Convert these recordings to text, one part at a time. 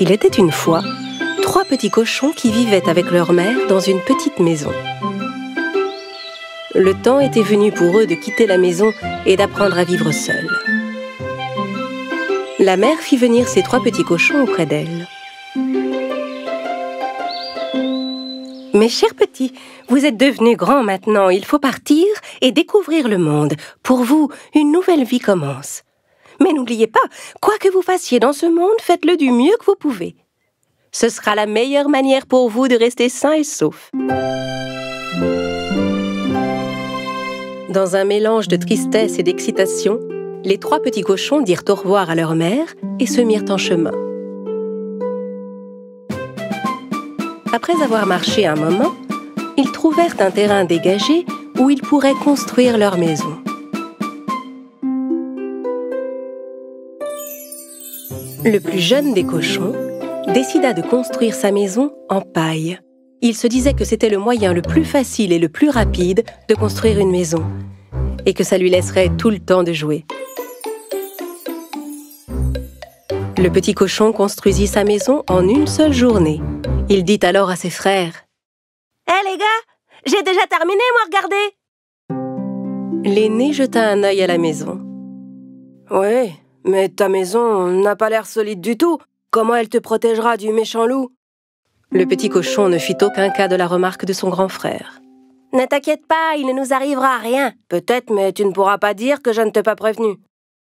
Il était une fois 3 petits cochons qui vivaient avec leur mère dans une petite maison. Le temps était venu pour eux de quitter la maison et d'apprendre à vivre seuls. La mère fit venir ses 3 petits cochons auprès d'elle. « Mes chers petits, vous êtes devenus grands maintenant, il faut partir et découvrir le monde. Pour vous, une nouvelle vie commence. Mais n'oubliez pas, quoi que vous fassiez dans ce monde, faites-le du mieux que vous pouvez. Ce sera la meilleure manière pour vous de rester sains et saufs. » Dans un mélange de tristesse et d'excitation, les 3 petits cochons dirent au revoir à leur mère et se mirent en chemin. Après avoir marché un moment, ils trouvèrent un terrain dégagé où ils pourraient construire leur maison. Le plus jeune des cochons décida de construire sa maison en paille. Il se disait que c'était le moyen le plus facile et le plus rapide de construire une maison, et que ça lui laisserait tout le temps de jouer. Le petit cochon construisit sa maison en une seule journée. Il dit alors à ses frères: « Hé les gars, j'ai déjà terminé, moi, regardez !» L'aîné jeta un œil à la maison. « Oui, mais ta maison n'a pas l'air solide du tout. Comment elle te protégera du méchant loup ?» Le petit cochon ne fit aucun cas de la remarque de son grand frère. « Ne t'inquiète pas, il ne nous arrivera rien. Peut-être, mais tu ne pourras pas dire que je ne t'ai pas prévenu. »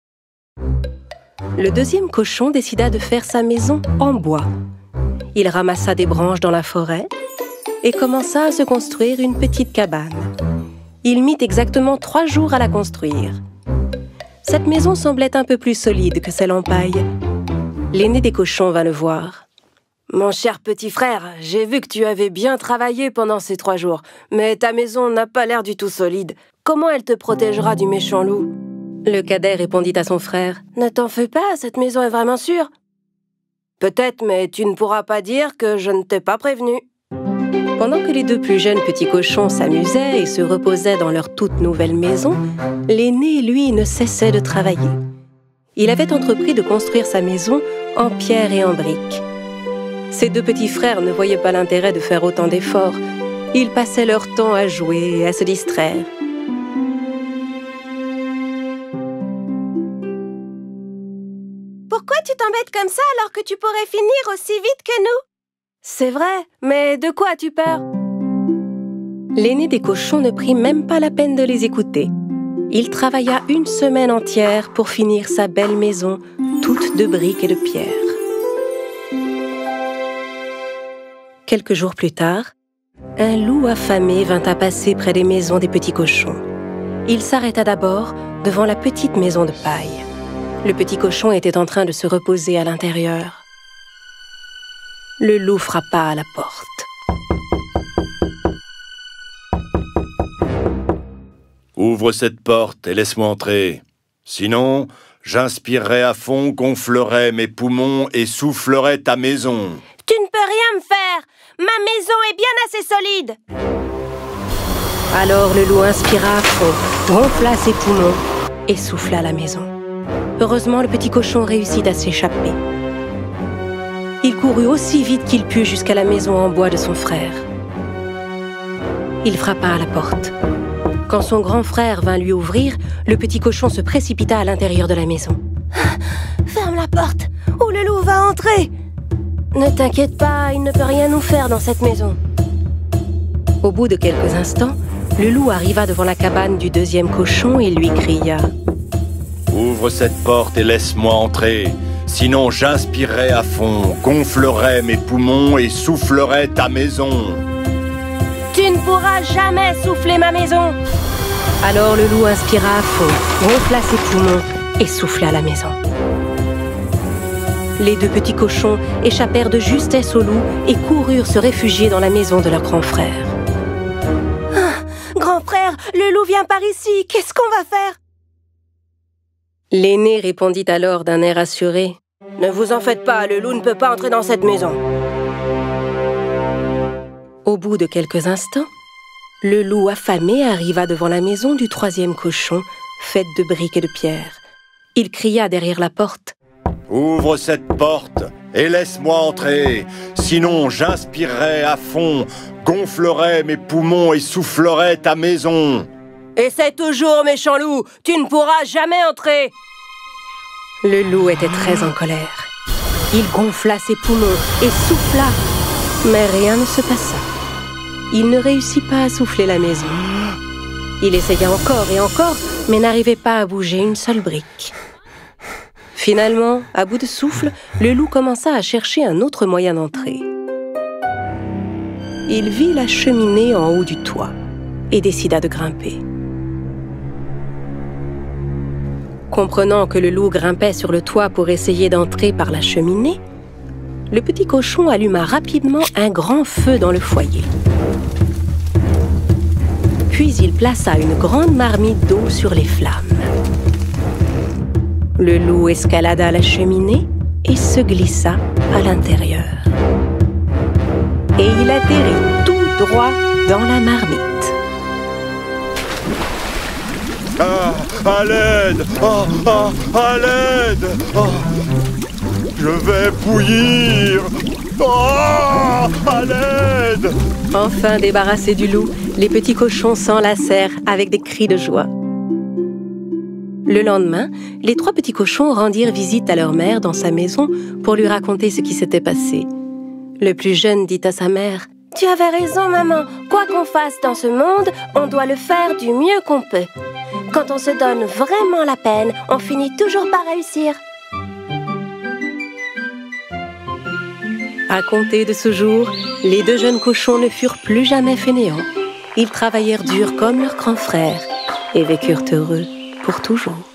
Le deuxième cochon décida de faire sa maison en bois. Il ramassa des branches dans la forêt et commença à se construire une petite cabane. Il mit exactement 3 jours à la construire. Cette maison semblait un peu plus solide que celle en paille. L'aîné des cochons vint le voir. « Mon cher petit frère, j'ai vu que tu avais bien travaillé pendant ces 3 jours, mais ta maison n'a pas l'air du tout solide. Comment elle te protégera du méchant loup ?» Le cadet répondit à son frère: « Ne t'en fais pas, cette maison est vraiment sûre. »« Peut-être, mais tu ne pourras pas dire que je ne t'ai pas prévenu. » Pendant que les 2 plus jeunes petits cochons s'amusaient et se reposaient dans leur toute nouvelle maison, l'aîné, lui, ne cessait de travailler. Il avait entrepris de construire sa maison en pierre et en briques. Ses 2 petits frères ne voyaient pas l'intérêt de faire autant d'efforts. Ils passaient leur temps à jouer et à se distraire. Pourquoi tu t'embêtes comme ça alors que tu pourrais finir aussi vite que nous? C'est vrai, mais de quoi as-tu peur? L'aîné des cochons ne prit même pas la peine de les écouter. Il travailla une semaine entière pour finir sa belle maison, toute de briques et de pierres. Quelques jours plus tard, un loup affamé vint à passer près des maisons des petits cochons. Il s'arrêta d'abord devant la petite maison de paille. Le petit cochon était en train de se reposer à l'intérieur. Le loup frappa à la porte. « Ouvre cette porte et laisse-moi entrer. Sinon, j'inspirerai à fond, gonflerai mes poumons et soufflerai ta maison. » « Tu ne peux rien me faire! Ma maison est bien assez solide !» Alors le loup inspira à fond, gonfla ses poumons et souffla la maison. Heureusement, le petit cochon réussit à s'échapper. Il courut aussi vite qu'il put jusqu'à la maison en bois de son frère. Il frappa à la porte. Quand son grand frère vint lui ouvrir, le petit cochon se précipita à l'intérieur de la maison. « Ferme la porte, ou le loup va entrer !»« Ne t'inquiète pas, il ne peut rien nous faire dans cette maison. » Au bout de quelques instants, le loup arriva devant la cabane du deuxième cochon et lui cria: « Ouvre cette porte et laisse-moi entrer. Sinon, j'inspirerai à fond, gonflerai mes poumons et soufflerai ta maison. » « Tu ne pourras jamais souffler ma maison !» Alors le loup inspira à fond, gonfla ses poumons et souffla la maison. Les 2 petits cochons échappèrent de justesse au loup et coururent se réfugier dans la maison de leur grand frère. « Ah, grand frère, le loup vient par ici, qu'est-ce qu'on va faire ?» L'aîné répondit alors d'un air assuré: « Ne vous en faites pas, le loup ne peut pas entrer dans cette maison. » Au bout de quelques instants, le loup affamé arriva devant la maison du 3e cochon, faite de briques et de pierres. Il cria derrière la porte: « Ouvre cette porte et laisse-moi entrer. Sinon, j'inspirerai à fond, gonflerai mes poumons et soufflerai ta maison. Essaie toujours, méchant loup, tu ne pourras jamais entrer. Le loup était très en colère. Il gonfla ses poumons et souffla, mais rien ne se passa. Il ne réussit pas à souffler la maison. Il essaya encore et encore, mais n'arrivait pas à bouger une seule brique. Finalement, à bout de souffle, le loup commença à chercher un autre moyen d'entrer. Il vit la cheminée en haut du toit et décida de grimper. Comprenant que le loup grimpait sur le toit pour essayer d'entrer par la cheminée, le petit cochon alluma rapidement un grand feu dans le foyer. Puis il plaça une grande marmite d'eau sur les flammes. Le loup escalada la cheminée et se glissa à l'intérieur. Et il atterrit tout droit dans la marmite. Ah, à l'aide! À l'aide! Je vais bouillir! À l'aide! Enfin débarrassés du loup, les petits cochons s'enlacèrent avec des cris de joie. Le lendemain, les 3 petits cochons rendirent visite à leur mère dans sa maison pour lui raconter ce qui s'était passé. Le plus jeune dit à sa mère: « Tu avais raison, maman. Quoi qu'on fasse dans ce monde, on doit le faire du mieux qu'on peut. Quand on se donne vraiment la peine, on finit toujours par réussir. » À compter de ce jour, les 2 jeunes cochons ne furent plus jamais fainéants. Ils travaillèrent dur comme leurs grands frères et vécurent heureux pour toujours.